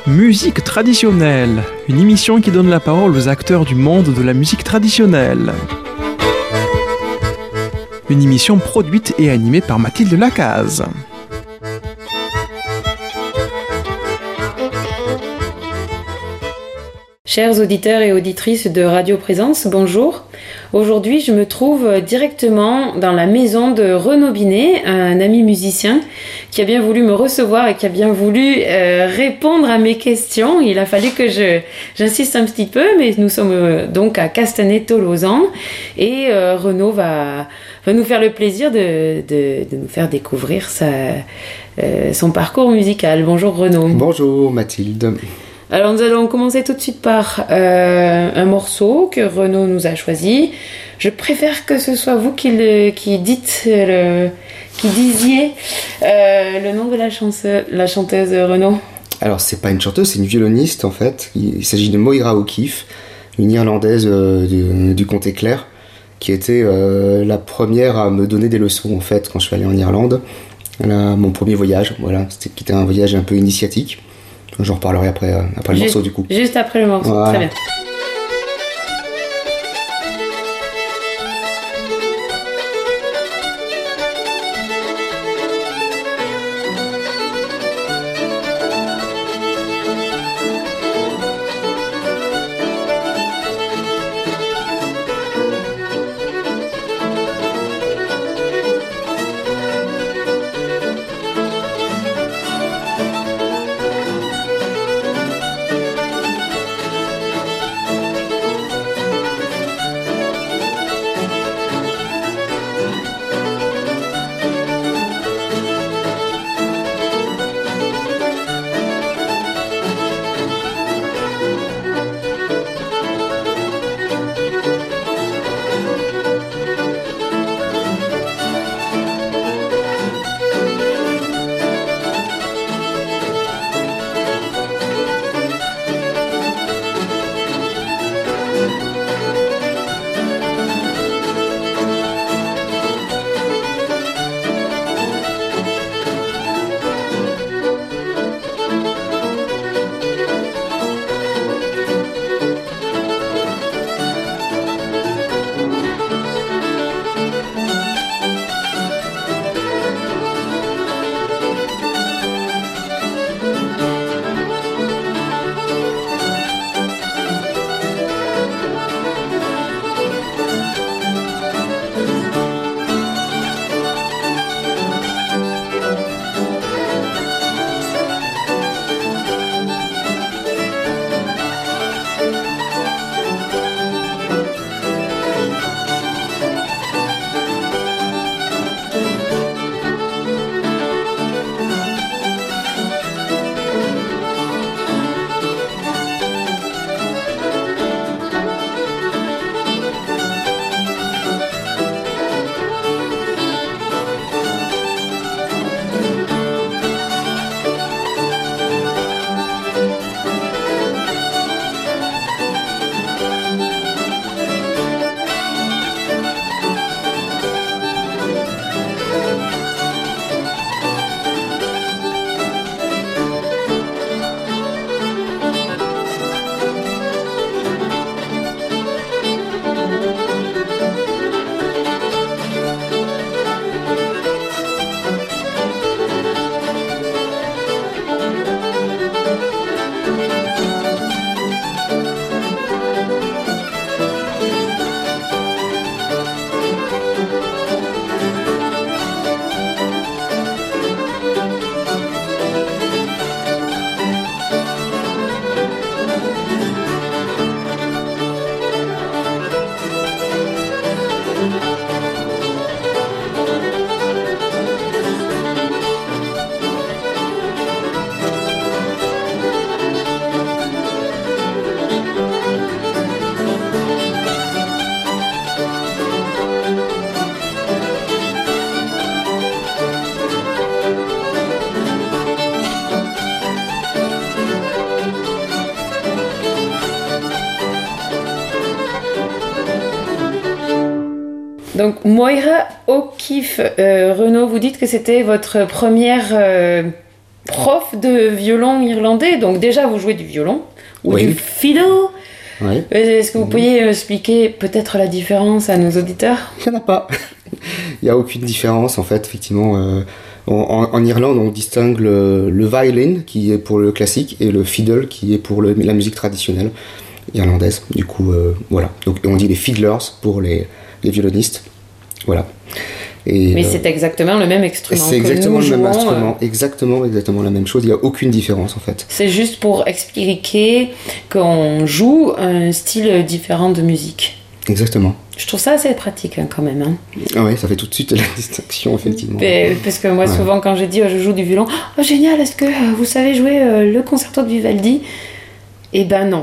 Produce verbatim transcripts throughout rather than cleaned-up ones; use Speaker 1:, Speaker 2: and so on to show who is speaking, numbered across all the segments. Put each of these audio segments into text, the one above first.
Speaker 1: Musique traditionnelle, une émission qui donne la parole aux acteurs du monde de la musique traditionnelle. Une émission produite et animée par Mathilde Lacaze.
Speaker 2: Chers auditeurs et auditrices de Radio Présence, bonjour. Aujourd'hui, je me trouve directement dans la maison de Renaud Binet, un ami musicien qui a bien voulu me recevoir et qui a bien voulu euh, répondre à mes questions. Il a fallu que je, j'insiste un petit peu, mais nous sommes euh, donc à Castanet-Tolosan et euh, Renaud va, va nous faire le plaisir de, de, de nous faire découvrir sa, euh, son parcours musical. Bonjour Renaud.
Speaker 3: Bonjour Mathilde.
Speaker 2: Alors nous allons commencer tout de suite par euh, un morceau que Renaud nous a choisi. Je préfère que ce soit vous qui, le, qui dites, le, qui disiez euh, le nom de la, chanceuse, la chanteuse Renaud.
Speaker 3: Alors c'est pas une chanteuse, c'est une violoniste en fait. Il s'agit de Moira O'Keeffe, une Irlandaise euh, du, du comté Clare, qui était euh, la première à me donner des leçons en fait quand je suis allé en Irlande. Voilà, mon premier voyage, voilà, c'était, qui était un voyage un peu initiatique. J'en reparlerai après, après le
Speaker 2: juste,
Speaker 3: morceau du coup.
Speaker 2: Juste après le morceau,
Speaker 3: voilà.
Speaker 2: Très bien. Donc Moira O'Keeffe, euh, Renaud, vous dites que c'était votre première, euh, prof de violon irlandais. Donc déjà, vous jouez du violon ou
Speaker 3: Oui.
Speaker 2: du fiddle.
Speaker 3: Ouais.
Speaker 2: Est-ce que vous pourriez expliquer peut-être la différence à nos auditeurs?
Speaker 3: Il n'y en a pas. Il n'y a aucune différence en fait, effectivement. Euh, en, en Irlande, on distingue le, le violin qui est pour le classique et le fiddle qui est pour le, la musique traditionnelle irlandaise. Du coup, euh, voilà. Donc on dit les fiddlers pour les, les violonistes. Voilà. Et,
Speaker 2: Mais
Speaker 3: euh,
Speaker 2: c'est exactement le même instrument.
Speaker 3: c'est
Speaker 2: que
Speaker 3: exactement
Speaker 2: nous
Speaker 3: le même
Speaker 2: jouons,
Speaker 3: instrument,
Speaker 2: euh,
Speaker 3: exactement, exactement la même chose. Il n'y a aucune différence en fait.
Speaker 2: C'est juste pour expliquer qu'on joue un style différent de musique.
Speaker 3: Exactement.
Speaker 2: Je trouve ça assez pratique hein, quand même. Hein.
Speaker 3: Ah ouais, ça fait tout de suite la distinction effectivement.
Speaker 2: Mais- parce que moi,
Speaker 3: Ouais.
Speaker 2: souvent, quand je dis oh, je joue du violon, oh génial, est-ce que euh, vous savez jouer euh, le concerto de Vivaldi? Eh ben non.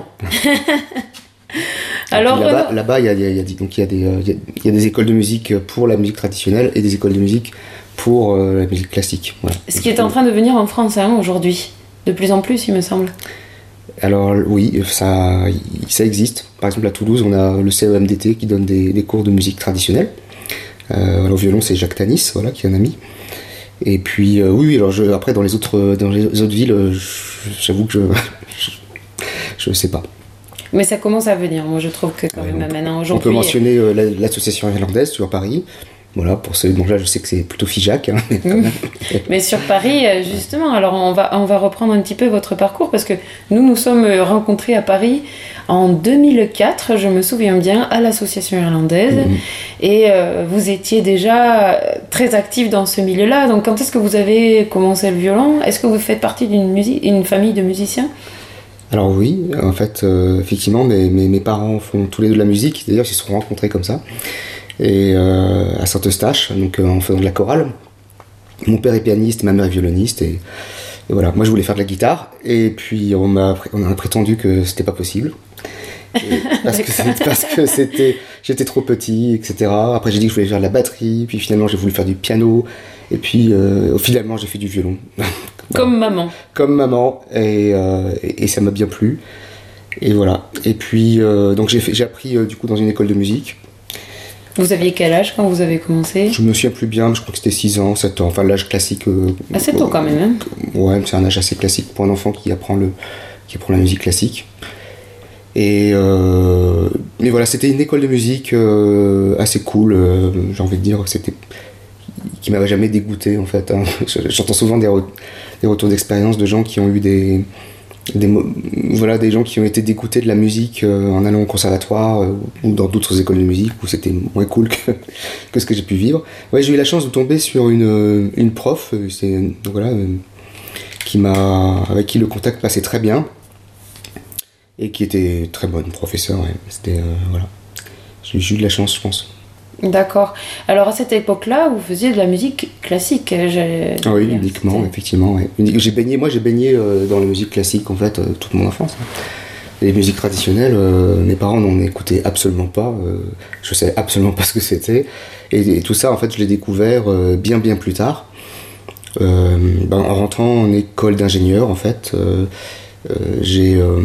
Speaker 2: Alors,
Speaker 3: Et puis là-bas,
Speaker 2: Renaud-
Speaker 3: là-bas, il y a, il y a- il y a des- donc il y a des, euh, il y a- il y a des écoles de musique pour la musique traditionnelle et des écoles de musique pour euh, la musique classique. Voilà.
Speaker 2: ce qui est en train de venir en France hein, aujourd'hui, de plus en plus, il me semble.
Speaker 3: Alors oui, ça, ça existe. Par exemple, à Toulouse, on a le C E M D T qui donne des, des cours de musique traditionnelle. Euh, alors, au violon, c'est Jacques Tanis, voilà, qui est un ami. Et puis, euh, oui, oui, alors je, après, dans les autres, dans les autres villes, euh, je- j'avoue que je, je, je sais pas.
Speaker 2: Mais ça commence à venir. Moi, je trouve que quand
Speaker 3: Ouais,
Speaker 2: même
Speaker 3: on peut-
Speaker 2: maintenant,
Speaker 3: On peut
Speaker 2: aujourd'hui.
Speaker 3: mentionner euh, la- l'association irlandaise sur Paris. Voilà, pour ceux, donc là, je sais que c'est plutôt FIJAC. Hein, mais quand même.
Speaker 2: Mais sur Paris, euh, justement, alors on va, on va reprendre un petit peu votre parcours parce que nous nous sommes euh, rencontrés à Paris en deux mille quatre, je me souviens bien, à l'association irlandaise.
Speaker 3: Mhm.
Speaker 2: Et euh, vous étiez déjà euh, très actif dans ce milieu-là. Donc quand est-ce que vous avez commencé le violon? Est-ce que vous faites partie d'une musique, une famille de musiciens?
Speaker 3: Alors oui, en fait, euh, effectivement, mes, mes, mes parents font tous les deux de la musique. D'ailleurs, ils se sont rencontrés comme ça. Et euh, à Saint-Eustache, donc euh, en faisant de la chorale. Mon père est pianiste, ma mère est violoniste. Et, et voilà, moi je voulais faire de la guitare. Et puis on m'a on a prétendu que c'était pas possible. Et parce que c'est- parce que c'était, j'étais trop petit, et cetera. Après j'ai dit que je voulais faire de la batterie. Puis finalement j'ai voulu faire du piano. Et puis euh, finalement j'ai fait du violon.
Speaker 2: Comme maman.
Speaker 3: Comme maman, et, euh, et, et ça m'a bien plu. Et voilà. Et puis, euh, donc j'ai, fait, j'ai appris euh, du coup dans une école de musique.
Speaker 2: Vous aviez quel âge quand vous avez commencé?
Speaker 3: Je me souviens plus bien, mais je crois que c'était six ans, sept ans, enfin l'âge classique. Euh,
Speaker 2: Assez tôt quand même. Hein.
Speaker 3: Ouais, c'est un âge assez classique pour un enfant qui apprend, le, qui apprend la musique classique. Et, euh, mais voilà, c'était une école de musique euh, assez cool, euh, j'ai envie de dire, c'était, qui m'avait jamais dégoûté en fait. Hein. J'entends souvent des, re- des retours d'expérience de gens qui ont eu des, des, mo- voilà, des gens qui ont été dégoûtés de la musique euh, en allant au conservatoire euh, ou dans d'autres écoles de musique où c'était moins cool que, que ce que j'ai pu vivre. Ouais, j'ai eu la chance de tomber sur une, une prof, euh, c'est, donc voilà, euh, qui m'a, avec qui le contact passait très bien et qui était très bonne professeure. Ouais. C'était, euh, voilà. J'ai j'ai eu de la chance, je pense.
Speaker 2: D'accord. Alors à cette époque-là, vous faisiez de la musique classique. j'ai-
Speaker 3: Ah oui,
Speaker 2: C'était-
Speaker 3: uniquement, effectivement. Ouais. Uni- J'ai baigné, moi j'ai baigné euh, dans la musique classique en fait euh, toute mon enfance. Hein. Les musiques traditionnelles, euh, mes parents n'en écoutaient absolument pas. Euh, je savais absolument pas ce que c'était. Et, et tout ça, en fait, je l'ai découvert euh, bien bien plus tard. Euh, ben, en rentrant en école d'ingénieur, en fait, euh, euh, j'ai euh,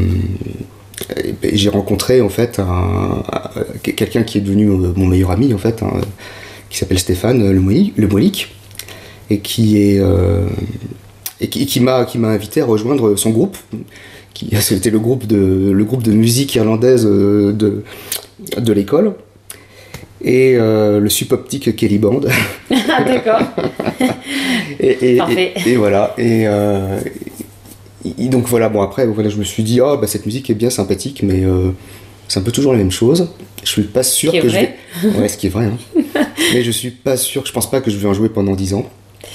Speaker 3: j'ai rencontré en fait un, un- quelqu'un qui est devenu euh, mon meilleur ami en fait, hein, qui s'appelle Stéphane Le Moï- Le Molic, et qui est euh, et qui, qui m'a qui m'a invité à rejoindre son groupe. Qui, c'était le groupe de le groupe de musique irlandaise euh, de de l'école. Et euh, le Suboptic Kelly Band.
Speaker 2: Ah d'accord.
Speaker 3: et, et,
Speaker 2: Parfait.
Speaker 3: et, et voilà. Et, euh, et donc voilà, bon après, voilà, je me suis dit, oh, bah, cette musique est bien sympathique, mais euh, c'est un peu toujours la même chose. Je suis pas sûr
Speaker 2: Ce qui est
Speaker 3: que
Speaker 2: vrai.
Speaker 3: je vais. Ouais, ce qui est vrai. Hein. Mais je suis pas sûr, je pense pas que je vais en jouer pendant dix ans.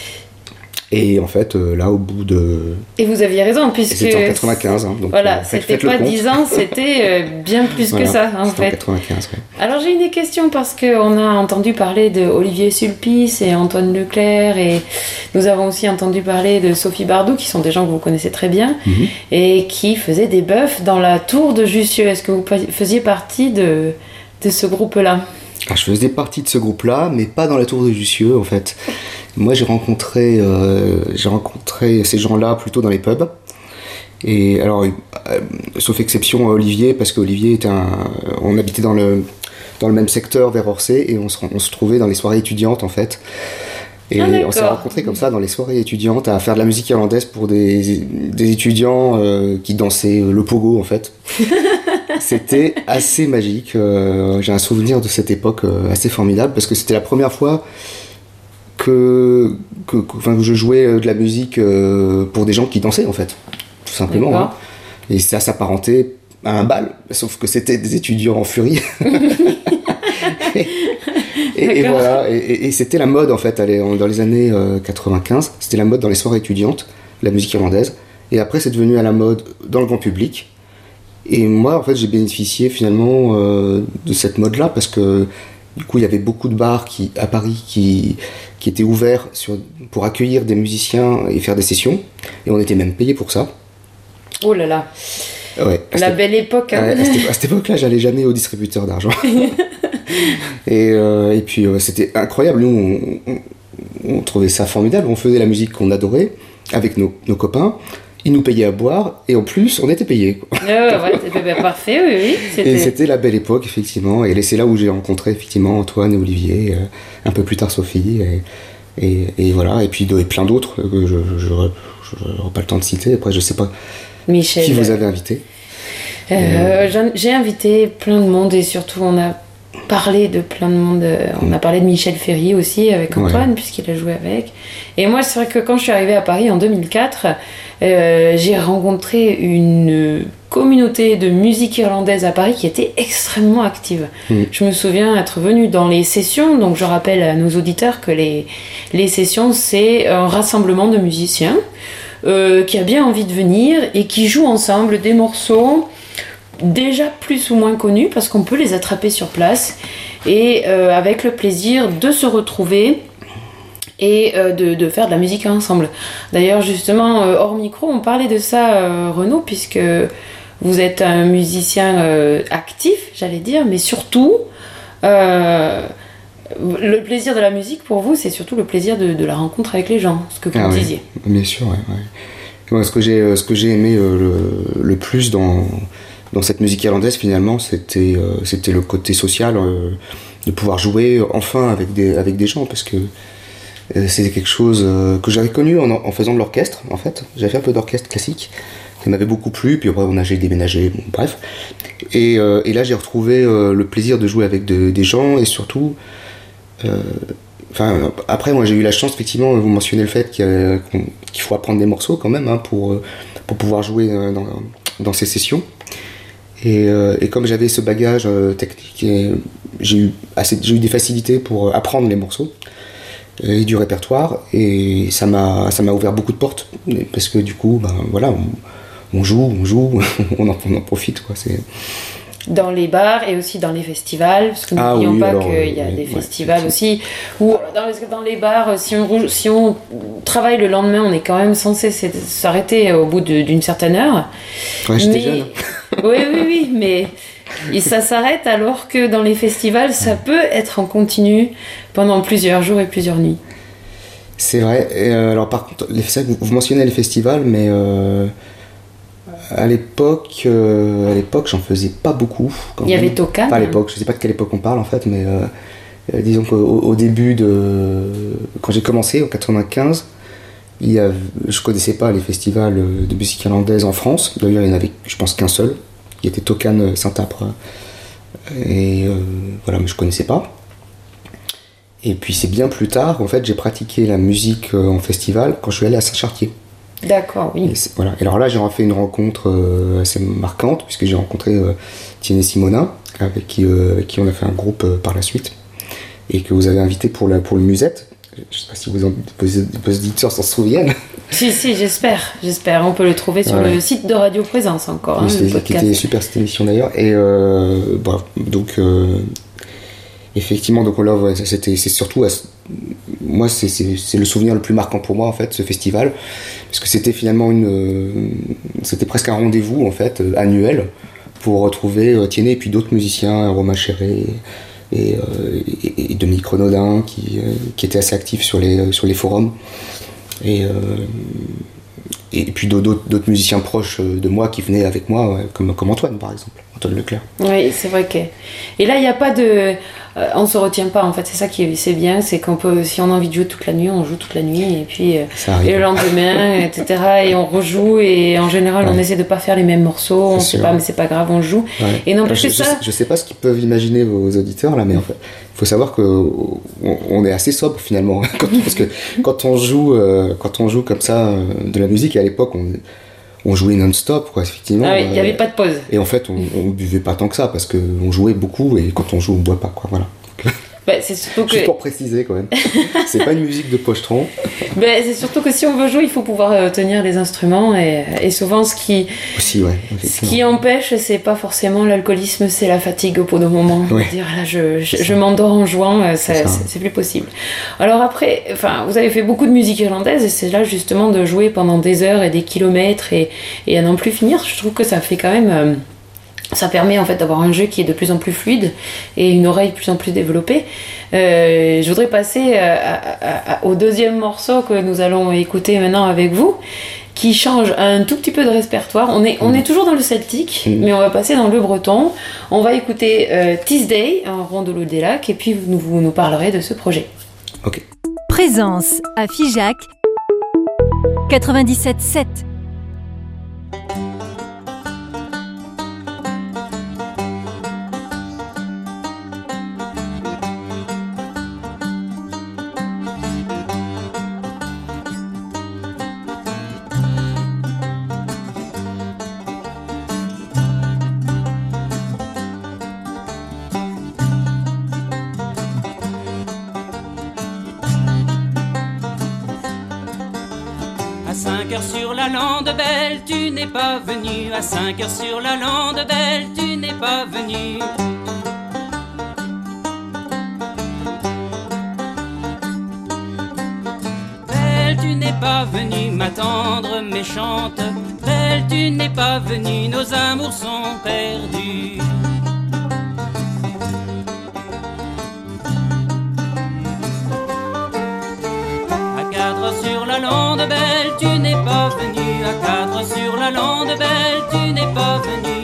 Speaker 3: Et en fait, euh, là, au bout de.
Speaker 2: Et vous aviez raison, puisque.
Speaker 3: C'était en quatre-vingt-quinze, hein, donc
Speaker 2: Voilà,
Speaker 3: euh, faites-
Speaker 2: c'était
Speaker 3: faites le
Speaker 2: pas
Speaker 3: compte.
Speaker 2: dix ans, c'était euh, bien plus
Speaker 3: Voilà,
Speaker 2: que ça, en
Speaker 3: c'était en
Speaker 2: fait.
Speaker 3: quatre-vingt-quinze, ouais.
Speaker 2: Alors j'ai une question parce qu'on a entendu parler de Olivier Sulpice et Antoine Leclerc et nous avons aussi entendu parler de Sophie Bardou qui sont des gens que vous connaissez très bien
Speaker 3: Mhm.
Speaker 2: et qui faisaient des bœufs dans la tour de Jussieu. Est-ce que vous pa- faisiez partie de, de ce groupe-là?
Speaker 3: Ah, je faisais partie de ce groupe-là, mais pas dans la tour de Jussieu, en fait. Moi, j'ai rencontré, euh, j'ai rencontré ces gens-là plutôt dans les pubs. Et alors, euh, sauf exception à Olivier, parce qu'Olivier était un, on habitait dans le dans le même secteur vers Orsay et on se, on se trouvait dans les soirées étudiantes, en fait. Et
Speaker 2: ah,
Speaker 3: on s'est rencontrés comme ça dans les soirées étudiantes à faire de la musique irlandaise pour des, des étudiants euh, qui dansaient le pogo en fait. C'était assez magique. Euh, j'ai un souvenir de cette époque euh, assez formidable parce que c'était la première fois que, que, que, enfin, que je jouais de la musique euh, pour des gens qui dansaient en fait, tout simplement. Hein. Et ça s'apparentait à un bal, sauf que c'était des étudiants en furie. et, et, et voilà, et, et c'était la mode en fait, dans les années euh, quatre-vingt-quinze, c'était la mode dans les soirées étudiantes, la musique irlandaise. Et après, c'est devenu à la mode dans le grand public. Et moi, en fait, j'ai bénéficié finalement euh, de cette mode-là parce que du coup, il y avait beaucoup de bars qui, à Paris qui, qui étaient ouverts sur, pour accueillir des musiciens et faire des sessions. Et on était même payé pour ça.
Speaker 2: Oh là là.
Speaker 3: Ouais,
Speaker 2: la belle époque. Hein.
Speaker 3: À, cette, à cette époque-là, j'allais jamais au distributeur d'argent. et, euh, et puis, euh, c'était incroyable. Nous, on, on, on trouvait ça formidable. On faisait la musique qu'on adorait avec nos, nos copains. Ils nous payaient à boire et en plus, on était payés.
Speaker 2: Oh, ouais, c'était bien parfait, oui, oui.
Speaker 3: C'était... Et c'était la belle époque, effectivement. Et c'est là où j'ai rencontré, effectivement, Antoine et Olivier. Euh, un peu plus tard, Sophie. Et, et, et voilà. Et puis et plein d'autres que je n'aurai pas le temps de citer. Après, je sais pas
Speaker 2: Michel,
Speaker 3: qui vous avez invité.
Speaker 2: Euh, euh... J'ai invité plein de monde et surtout, on a parlé de plein de monde. On a parlé de Michel Ferry aussi avec Antoine, ouais. puisqu'il a joué avec. Et moi, c'est vrai que quand je suis arrivée à Paris en deux mille quatre, euh, j'ai rencontré une communauté de musique irlandaise à Paris qui était extrêmement active. Mmh. Je me souviens être venue dans les sessions, donc je rappelle à nos auditeurs que les, les sessions, c'est un rassemblement de musiciens euh, qui a bien envie de venir et qui jouent ensemble des morceaux déjà plus ou moins connus parce qu'on peut les attraper sur place et euh, avec le plaisir de se retrouver et euh, de, de faire de la musique ensemble. D'ailleurs justement euh, hors micro on parlait de ça euh, Renaud, puisque vous êtes un musicien euh, actif j'allais dire, mais surtout euh, le plaisir de la musique pour vous c'est surtout le plaisir de, de la rencontre avec les gens, ce que vous ah, disiez.
Speaker 3: Oui. Bien sûr, ouais, ouais. Ouais, ce que j'ai, ce que j'ai aimé euh, le, le plus dans Dans cette musique irlandaise, finalement, c'était, euh, c'était le côté social, euh, de pouvoir jouer enfin avec des, avec des gens, parce que euh, c'était quelque chose euh, que j'avais connu en, en faisant de l'orchestre, en fait. J'avais fait un peu d'orchestre classique, ça m'avait beaucoup plu, puis après on a j'ai déménagé, bon, bref. Et, euh, et là, j'ai retrouvé euh, le plaisir de jouer avec de, des gens, et surtout... Euh, Enfin, après, moi, j'ai eu la chance, effectivement, vous mentionnez le fait qu'il, a, qu'il faut apprendre des morceaux quand même hein, pour, pour pouvoir jouer dans, dans ces sessions. Et, euh, et comme j'avais ce bagage euh, technique, et j'ai, eu assez, j'ai eu des facilités pour apprendre les morceaux et du répertoire. Et ça m'a, ça m'a ouvert beaucoup de portes. Parce que du coup, ben, voilà, on, on joue, on joue, on en, on en profite. Quoi, c'est...
Speaker 2: Dans les bars et aussi dans les festivals, parce que n'oublions ah oui, pas alors, qu'il y a oui, des ouais, festivals aussi, où dans, dans les bars, si on, si on travaille le lendemain, on est quand même censé s'arrêter au bout de, d'une certaine heure.
Speaker 3: Ouais, j'étais mais... jeune.
Speaker 2: Oui, oui, oui, mais et ça s'arrête alors que dans les festivals, ça peut être en continu pendant plusieurs jours et plusieurs nuits.
Speaker 3: C'est vrai. Et euh, alors par contre, les, vous, vous mentionnez les festivals, mais... Euh... À l'époque, euh, à l'époque, j'en faisais pas beaucoup.
Speaker 2: Il y avait Tocan.
Speaker 3: Pas à l'époque, je sais pas de quelle époque on parle en fait, mais euh, euh, disons qu'au au début de, quand j'ai commencé en quatre-vingt-quinze, il y avait, je connaissais pas les festivals de musique irlandaise en France. D'ailleurs, il y en avait, je pense qu'un seul, qui était Tocan Saint-Apre. Et euh, voilà, mais je connaissais pas. Et puis c'est bien plus tard, en fait, j'ai pratiqué la musique en festival quand je suis allé à Saint-Chartier.
Speaker 2: D'accord, oui.
Speaker 3: Et, voilà. Et alors là, j'ai fait une rencontre euh, assez marquante, puisque j'ai rencontré euh, Tiene Simonin, avec qui, euh, avec qui on a fait un groupe euh, par la suite, et que vous avez invité pour, la, pour le Musette. Je ne sais pas si vous en, vos, vos auditeurs s'en souviennent.
Speaker 2: Si, si, j'espère. j'espère. On peut le trouver sur ouais. le site de Radio Présence encore.
Speaker 3: Oui,
Speaker 2: hein,
Speaker 3: c'était, qui était super cette émission d'ailleurs. Et euh, bon, donc... Euh, effectivement, donc là, ouais, c'était, c'est surtout, moi, c'est, c'est, c'est le souvenir le plus marquant pour moi en fait, ce festival, parce que c'était finalement une, c'était presque un rendez-vous en fait annuel pour retrouver euh, Tiene et puis d'autres musiciens, Romain Chéré et, euh, et, et Dominique Renaudin qui, euh, qui étaient assez actifs sur les, sur les forums et, euh, et puis d'autres, d'autres musiciens proches de moi qui venaient avec moi, comme, comme Antoine par exemple. Antoine Leclerc.
Speaker 2: Oui, c'est vrai que... Et là, il n'y a pas de... Euh, on se retient pas, en fait. C'est ça qui est, c'est bien, c'est qu'on peut... Si on a envie de jouer toute la nuit, on joue toute la nuit, et puis... Euh, et le lendemain, et cetera. Et on rejoue, et en général, ouais. on essaie de pas faire les mêmes morceaux. On sait pas, mais c'est pas grave, on joue. Ouais. Et n'empêche que ça...
Speaker 3: Je sais pas ce qu'ils peuvent imaginer, vos auditeurs, là, mais en fait... Il faut savoir qu'on on est assez sobre finalement, parce que quand on joue, euh, quand on joue comme ça euh, de la musique, et à l'époque on, on jouait non-stop, quoi, effectivement.
Speaker 2: Ah oui, il n'y avait euh, pas de pause.
Speaker 3: Et en fait, on, on buvait pas tant que ça, parce qu'on jouait beaucoup, et quand on joue, on boit pas, quoi, voilà.
Speaker 2: Bah, c'est surtout que...
Speaker 3: Juste pour préciser quand même, c'est pas une musique de pochetron.
Speaker 2: Bah, c'est surtout que si on veut jouer, il faut pouvoir euh, tenir les instruments et, et souvent ce qui,
Speaker 3: Aussi, ouais,
Speaker 2: ce qui empêche, c'est pas forcément l'alcoolisme, c'est la fatigue au bout d'un moment. Ouais. Dire là, je, je, je m'endors en jouant, euh, ça, c'est, c'est, c'est plus possible. Alors après, enfin, vous avez fait beaucoup de musique irlandaise et c'est là justement de jouer pendant des heures et des kilomètres et, et à n'en plus finir. Je trouve que ça fait quand même... Euh, Ça permet en fait d'avoir un jeu qui est de plus en plus fluide et une oreille de plus en plus développée. Euh, je voudrais passer à, à, à, au deuxième morceau que nous allons écouter maintenant avec vous, qui change un tout petit peu de répertoire. On est, on est toujours dans le celtique, mmh. mais on va passer dans le breton. On va écouter euh, Teesday, un rondeau des lacs, et puis vous, vous nous parlerez de ce projet.
Speaker 3: Ok.
Speaker 4: Présence à Figeac quatre-vingt-dix-sept sept.
Speaker 5: cinq heures sur la lande belle, tu n'es pas venu. À cinq heures sur la lande belle, tu n'es pas venu. Belle, tu n'es pas venue, ma tendre méchante. Belle, tu n'es pas venue, nos amours sont perdus. Sur la lande belle, tu n'es pas venu. À quatre sur la lande belle, tu n'es pas venu.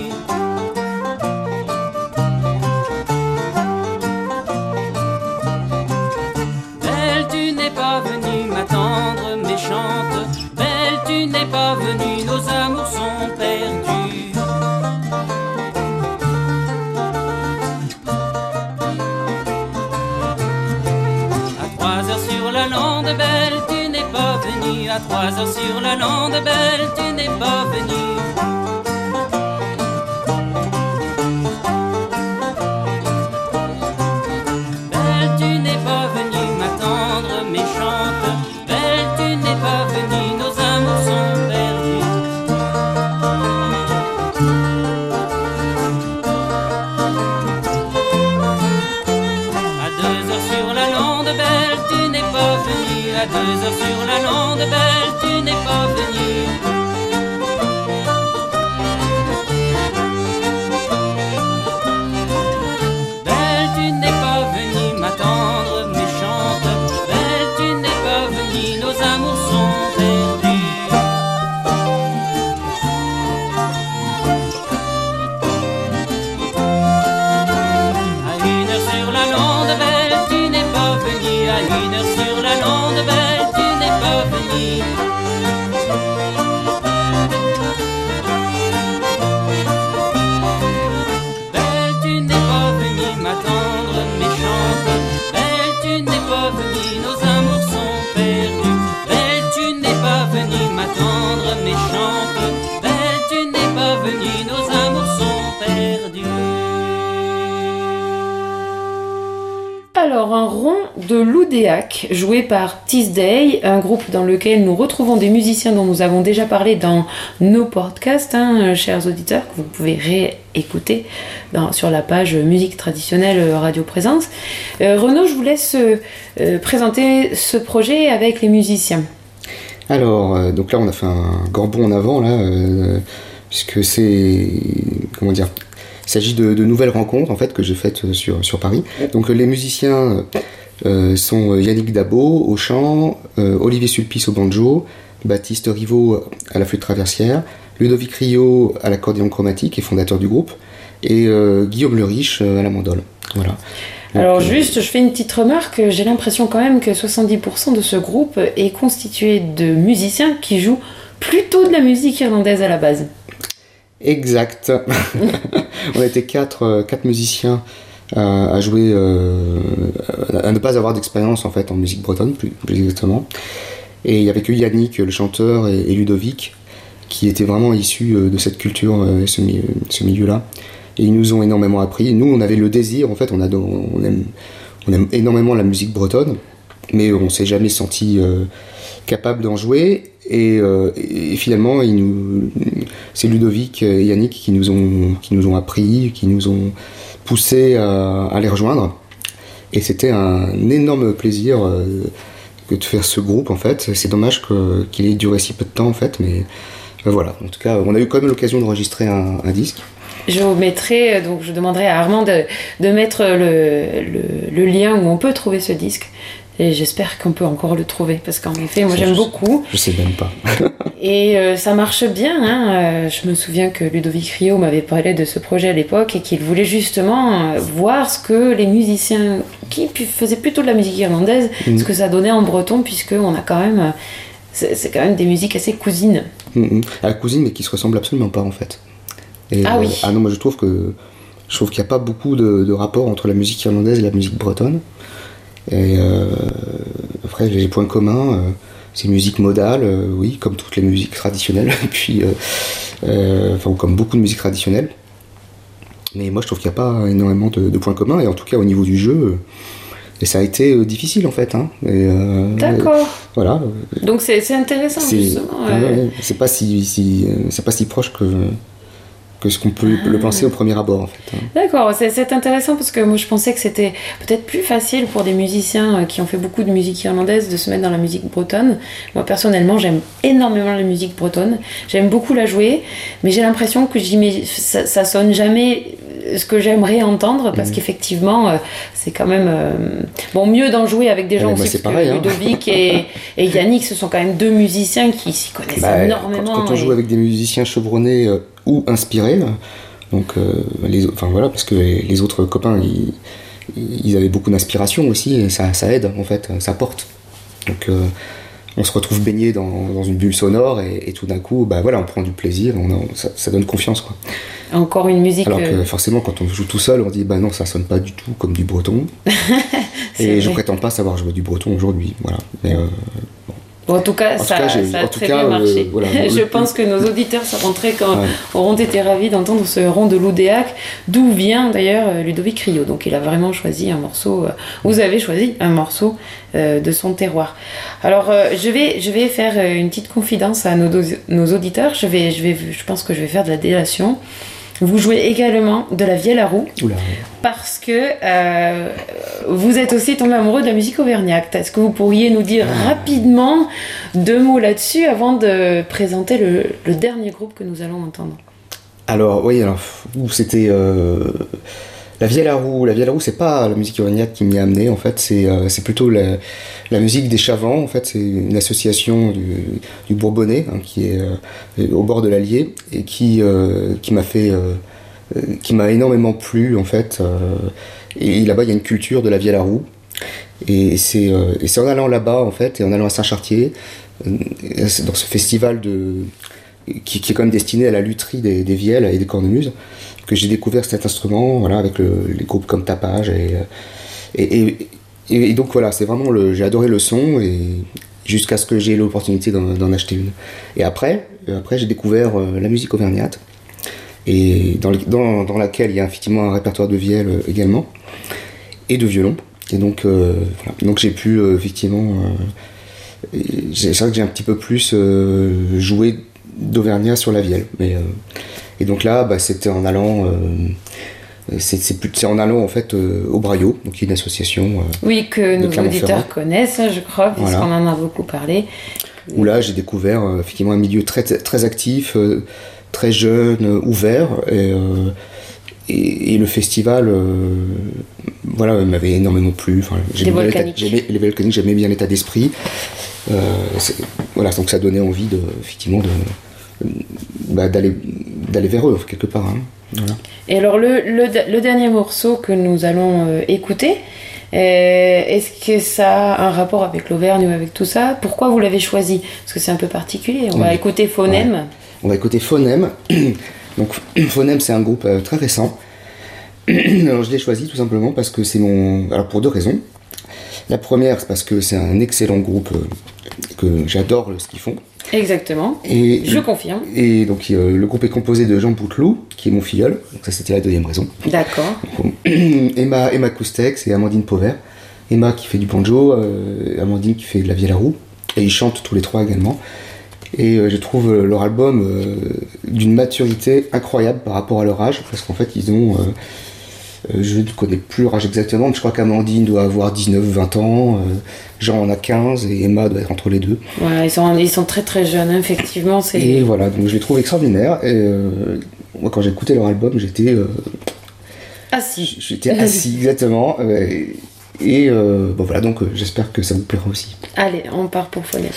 Speaker 5: Belle, tu n'es pas venue, ma tendre méchante. Belle, tu n'es pas venue, nos amours sont perdus. À trois heures sur la lande belle, à trois heures sur la lande belle, tu n'es pas venu. Belle, tu n'es pas venue, ma tendre méchante. Belle, tu n'es pas venue, nos amours sont perdus. À deux heures sur la lande belle, tu n'es pas venue. À deux heures sur la lande belle, tu n'es pas venue. Belle, tu n'es pas venue, ma tendre méchante. Belle, tu n'es pas venue, nos amours sont perdus. À une heure sur la lande belle, tu n'es pas venue. À une heure sur la lande belle, tu n'es pas venue. Belle, tu n'es pas venue, ma tendre méchante. Belle, tu n'es pas venue, nos amours sont perdus. Belle, tu n'es pas venue, ma tendre méchante. Belle, tu n'es pas venue, nos amours sont perdus.
Speaker 2: Alors, un rond de l'Oudéac, joué par Teesday, un groupe dans lequel nous retrouvons des musiciens dont nous avons déjà parlé dans nos podcasts, hein, chers auditeurs, que vous pouvez réécouter dans, sur la page Musique traditionnelle Radio Présence. Euh, Renaud, je vous laisse euh, présenter ce projet avec les musiciens.
Speaker 3: Alors, euh, donc là, on a fait un grand bond en avant, là, euh, puisque c'est... comment dire ? Il s'agit de, de nouvelles rencontres en fait que j'ai faites sur, sur Paris. Donc les musiciens euh, sont Yannick Dabo au chant, euh, Olivier Sulpice au banjo, Baptiste Rivaux à la flûte traversière, Ludovic Rio à l'accordéon chromatique et fondateur du groupe, et euh, Guillaume Le Riche euh, à la mandole. Voilà. Donc,
Speaker 2: Alors
Speaker 3: euh,
Speaker 2: juste, je fais une petite remarque, j'ai l'impression quand même que soixante-dix pour cent de ce groupe est constitué de musiciens qui jouent plutôt de la musique irlandaise à la base.
Speaker 3: Exact. On était quatre, euh, quatre musiciens à, à jouer, euh, à ne pas avoir d'expérience en fait en musique bretonne, plus, plus exactement. Et il y avait que Yannick, le chanteur, et, et Ludovic, qui étaient vraiment issus euh, de cette culture euh, et ce, mi- ce milieu-là. Et ils nous ont énormément appris. Nous, on avait le désir, en fait, on, adore, on, aime, on aime énormément la musique bretonne, mais on s'est jamais senti euh, capable d'en jouer. Et, euh, et finalement, ils nous, c'est Ludovic et Yannick qui nous ont, qui nous ont appris, qui nous ont poussés à, à les rejoindre. Et c'était un énorme plaisir euh, que de faire ce groupe, en fait. C'est dommage que, qu'il ait duré si peu de temps, en fait, mais euh, voilà. En tout cas, on a eu quand même l'occasion d'enregistrer un, un disque.
Speaker 2: Je vous mettrai, donc je demanderai à Armand de, de mettre le, le, le lien où on peut trouver ce disque. Et j'espère qu'on peut encore le trouver, parce qu'en effet, moi
Speaker 3: Ça,
Speaker 2: j'aime
Speaker 3: je
Speaker 2: beaucoup.
Speaker 3: Je sais même pas.
Speaker 2: Et euh, ça marche bien. Hein. Euh, je me souviens que Ludovic Rio m'avait parlé de ce projet à l'époque et qu'il voulait justement euh, voir ce que les musiciens qui pu- faisaient plutôt de la musique irlandaise,
Speaker 3: Mm.
Speaker 2: ce que ça donnait en breton, puisqu'on a quand même. euh, c'est, c'est quand même des musiques assez cousines.
Speaker 3: Mm-hmm. À la cousine, mais qui se ressemble absolument pas, en fait. Et,
Speaker 2: Ah oui.
Speaker 3: euh, ah non, moi je trouve que je trouve qu'il n'y a pas beaucoup de, de rapport entre la musique irlandaise et la musique bretonne. Et euh, après, les points communs, euh, c'est une musique modale, euh, oui, comme toutes les musiques traditionnelles, puis, euh, euh, enfin, comme beaucoup de musiques traditionnelles. Mais moi, je trouve qu'il n'y a pas énormément de, de points communs, et en tout cas au niveau du jeu, euh, et ça a été euh, difficile en fait. Hein, et, euh,
Speaker 2: D'accord.
Speaker 3: euh, voilà.
Speaker 2: Donc c'est, c'est intéressant
Speaker 3: C'est,
Speaker 2: justement.
Speaker 3: ah
Speaker 2: euh,
Speaker 3: ouais, c'est pas si, si, euh, c'est pas si proche que que ce qu'on peut
Speaker 2: Ah.
Speaker 3: le penser au premier abord en fait. Hein.
Speaker 2: D'accord, c'est, c'est intéressant parce que moi je pensais que c'était peut-être plus facile pour des musiciens euh, qui ont fait beaucoup de musique irlandaise de se mettre dans la musique bretonne. Moi personnellement j'aime énormément la musique bretonne, j'aime beaucoup la jouer, mais j'ai l'impression que j'y mets, ça, ça sonne jamais ce que j'aimerais entendre parce
Speaker 3: Mhm.
Speaker 2: qu'effectivement euh, c'est quand même euh, bon, mieux d'en jouer avec des
Speaker 3: Ah,
Speaker 2: gens
Speaker 3: mais moi,
Speaker 2: aussi
Speaker 3: c'est
Speaker 2: parce
Speaker 3: pareil,
Speaker 2: que
Speaker 3: hein.
Speaker 2: Ludovic et, et Yannick ce sont quand même deux musiciens qui s'y connaissent
Speaker 3: Bah,
Speaker 2: énormément.
Speaker 3: Quand, quand on
Speaker 2: et-
Speaker 3: joue avec des musiciens chevronnés euh, ou inspirés, là, donc euh, les, enfin voilà, parce que les, les autres copains ils, ils avaient beaucoup d'inspiration aussi et ça, ça aide en fait, ça porte. Donc euh, on se retrouve baigné dans, dans une bulle sonore et, et tout d'un coup, bah voilà, on prend du plaisir, on a, ça, ça donne confiance quoi.
Speaker 2: Encore une musique.
Speaker 3: Alors que
Speaker 2: euh,
Speaker 3: forcément quand on joue tout seul, on dit bah non ça sonne pas du tout comme du breton.
Speaker 2: c'est
Speaker 3: Et je
Speaker 2: vrai.
Speaker 3: prétends pas savoir jouer du breton aujourd'hui, voilà. Mais euh,
Speaker 2: Bon, en tout cas,
Speaker 3: En tout
Speaker 2: ça,
Speaker 3: cas, j'ai-
Speaker 2: ça a
Speaker 3: en tout
Speaker 2: très
Speaker 3: cas,
Speaker 2: bien
Speaker 3: euh,
Speaker 2: marché.
Speaker 3: voilà.
Speaker 2: Je pense que nos auditeurs seront très quand,
Speaker 3: Ouais.
Speaker 2: auront été ravis d'entendre ce rond de Loudéac, d'où vient d'ailleurs euh, Ludovic Rio. Donc il a vraiment choisi un morceau, euh, vous avez choisi un morceau euh, de son terroir. Alors euh, je, vais, je vais faire euh, une petite confidence à nos, dos- nos auditeurs, je, vais, je, vais, je pense que je vais faire de la délation. Vous jouez également de la vielle à roue
Speaker 3: oula.
Speaker 2: parce que euh, vous êtes aussi tombé amoureux de la musique auvergnate. Est-ce que vous pourriez nous dire rapidement deux mots là-dessus avant de présenter le, le dernier groupe que nous allons entendre?
Speaker 3: Alors oui, alors ouh, c'était euh, la vielle à roue. La vielle à roue, c'est pas la musique auvergnate qui m'y a amené en fait, c'est euh, c'est plutôt la, la musique des Chavants en fait. C'est une association du, du Bourbonnais hein, qui est euh, au bord de l'Allier et qui euh, qui m'a fait euh, euh, qui m'a énormément plu en fait. euh, et là-bas, il y a une culture de la vielle à roue. Et c'est euh, et c'est en allant là-bas en fait et en allant à Saint-Chartier euh, dans ce festival de qui, qui est quand même destiné à la lutherie des, des vielles et des cornemuses, que j'ai découvert cet instrument, voilà, avec le, les groupes comme Tapage et, et, et, et, et donc voilà, c'est vraiment le, j'ai adoré le son et jusqu'à ce que j'ai l'opportunité d'en, d'en acheter une. Et après, après j'ai découvert euh, la musique auvergnate et dans, le, dans, dans laquelle il y a effectivement un répertoire de vielles euh, également et de violon. Et donc, euh, voilà. Donc j'ai pu euh, effectivement, euh, c'est vrai que j'ai un petit peu plus euh, joué d'Auvergnat sur la vielle, mais euh, et donc là bah, c'était en allant euh, c'est, c'est, plus, c'est en allant en fait euh, au Braillot, donc qui est une association euh,
Speaker 2: Oui, que
Speaker 3: de
Speaker 2: nos
Speaker 3: Clermont-Ferrand.
Speaker 2: auditeurs connaissent, je crois, puisqu'on
Speaker 3: Voilà.
Speaker 2: en a beaucoup parlé.
Speaker 3: où là j'ai découvert euh, effectivement un milieu très très actif, euh, très jeune, euh, ouvert et, euh, et, et le festival euh, voilà m'avait énormément plu. Enfin,
Speaker 2: Les
Speaker 3: j'aimais bien
Speaker 2: volcaniques.
Speaker 3: l'état- j'aimais- les volcaniques, j'aimais bien l'état d'esprit. Euh, c'est- voilà, donc ça donnait envie de effectivement de bah, d'aller, d'aller vers eux, quelque part. Hein. Voilà.
Speaker 2: Et alors, le, le, le dernier morceau que nous allons euh, écouter, euh, est-ce que ça a un rapport avec l'Auvergne ou avec tout ça? Pourquoi vous l'avez choisi? Parce que c'est un peu particulier. On oui. va écouter Phonème.
Speaker 3: Ouais. On va écouter Phonème. Donc, Phonème, c'est un groupe euh, très récent. Alors, je l'ai choisi tout simplement parce que c'est mon... Alors, pour deux raisons. La première, c'est parce que c'est un excellent groupe, euh, que j'adore ce qu'ils font.
Speaker 2: Exactement,
Speaker 3: et,
Speaker 2: je confirme.
Speaker 3: Et donc euh, le groupe est composé de Jean Bouteloup, qui est mon filleul, donc ça c'était la deuxième raison.
Speaker 2: D'accord.
Speaker 3: Donc, Emma, Emma Coustex et Amandine Pauvert. Emma qui fait du banjo, euh, Amandine qui fait de la vielle à roue, et ils chantent tous les trois également. Et euh, je trouve euh, leur album euh, d'une maturité incroyable par rapport à leur âge, parce qu'en fait ils ont... Euh, Euh, je ne connais plus leur âge exactement, mais je crois qu'Amandine doit avoir dix-neuf vingt ans, euh, Jean en a quinze et Emma doit être entre les deux.
Speaker 2: Voilà, ils sont, ils sont très très jeunes, hein, effectivement. C'est...
Speaker 3: Et voilà, donc je les trouve extraordinaires. Et euh, moi, quand j'ai écouté leur album, j'étais. Euh,
Speaker 2: assis.
Speaker 3: J'étais assis, exactement. Euh, et et euh, bon, voilà, donc euh, j'espère que ça vous plaira aussi.
Speaker 2: Allez, on part pour Phonème.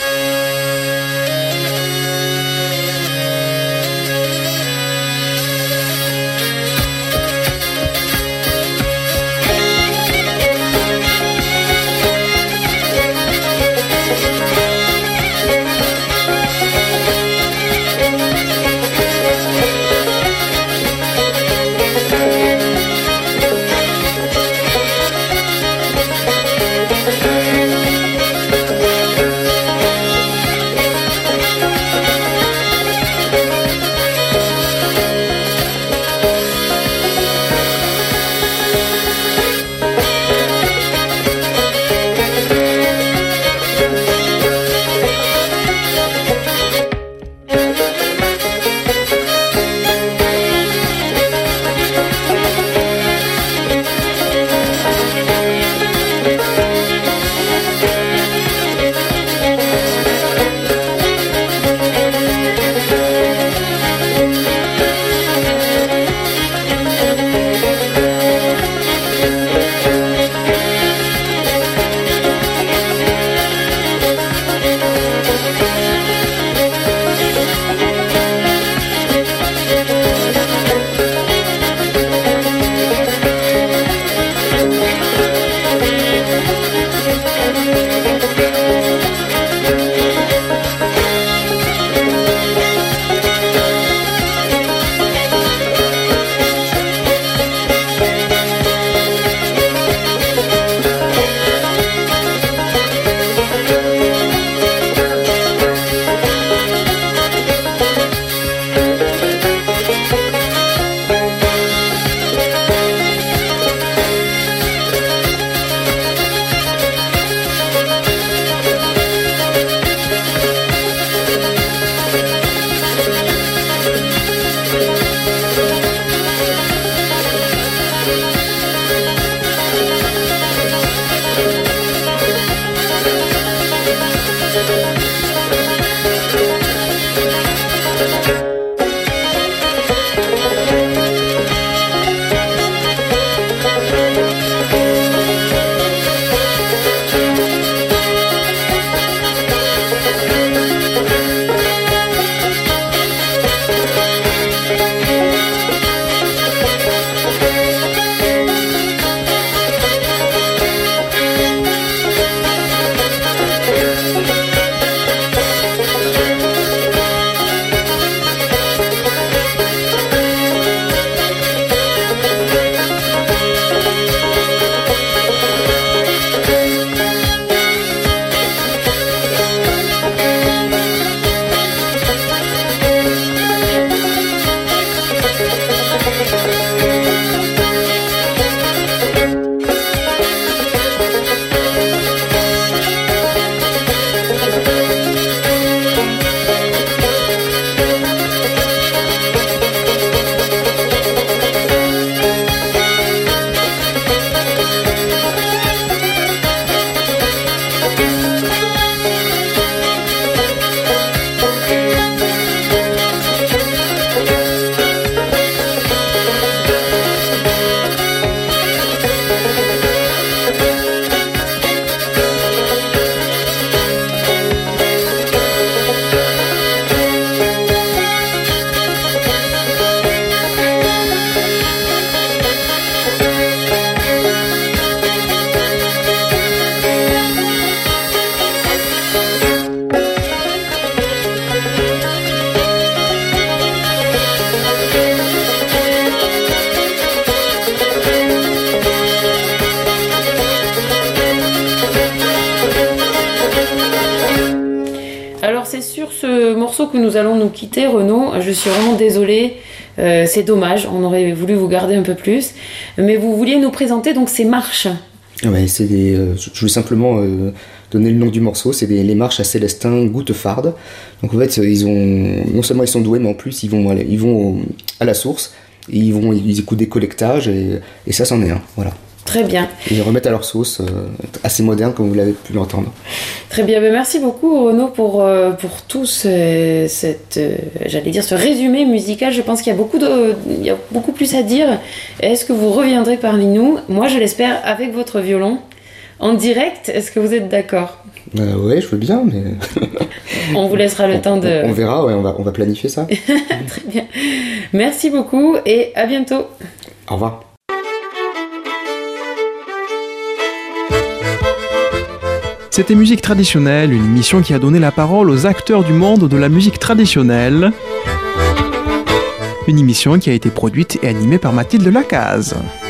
Speaker 2: Alors c'est sur ce morceau que nous allons nous quitter, Renaud. Je suis vraiment désolée, euh, c'est dommage, on aurait voulu vous garder un peu plus. Mais vous vouliez nous présenter donc ces marches.
Speaker 3: Ouais, c'est des, euh, je voulais simplement euh, donner le nom du morceau, c'est des, les marches à Célestin Gouttefard. Donc en fait, ils ont, non seulement ils sont doués, mais en plus ils vont, aller, ils vont au, à la source, et ils, vont, ils écoutent des collectages, et, et ça c'en est un, voilà.
Speaker 2: Très bien.
Speaker 3: Et ils remettent à leur sauce, euh, assez moderne comme vous l'avez pu l'entendre.
Speaker 2: Très bien, ben merci beaucoup Renaud pour, euh, pour tout ce, cette, euh, j'allais dire ce résumé musical. Je pense qu'il y a beaucoup, de, il y a beaucoup plus à dire. Est-ce que vous reviendrez parmi nous? Moi je l'espère avec votre violon, en direct. Est-ce que vous êtes d'accord?
Speaker 3: euh, Ouais, je veux bien, mais...
Speaker 2: On vous laissera le
Speaker 3: on,
Speaker 2: temps de...
Speaker 3: On, on verra, ouais, on va, on va planifier ça.
Speaker 2: Très bien. Merci beaucoup et à bientôt.
Speaker 3: Au revoir.
Speaker 1: C'était Musique traditionnelle, une émission qui a donné la parole aux acteurs du monde de la musique traditionnelle. Une émission qui a été produite et animée par Mathilde Lacaze.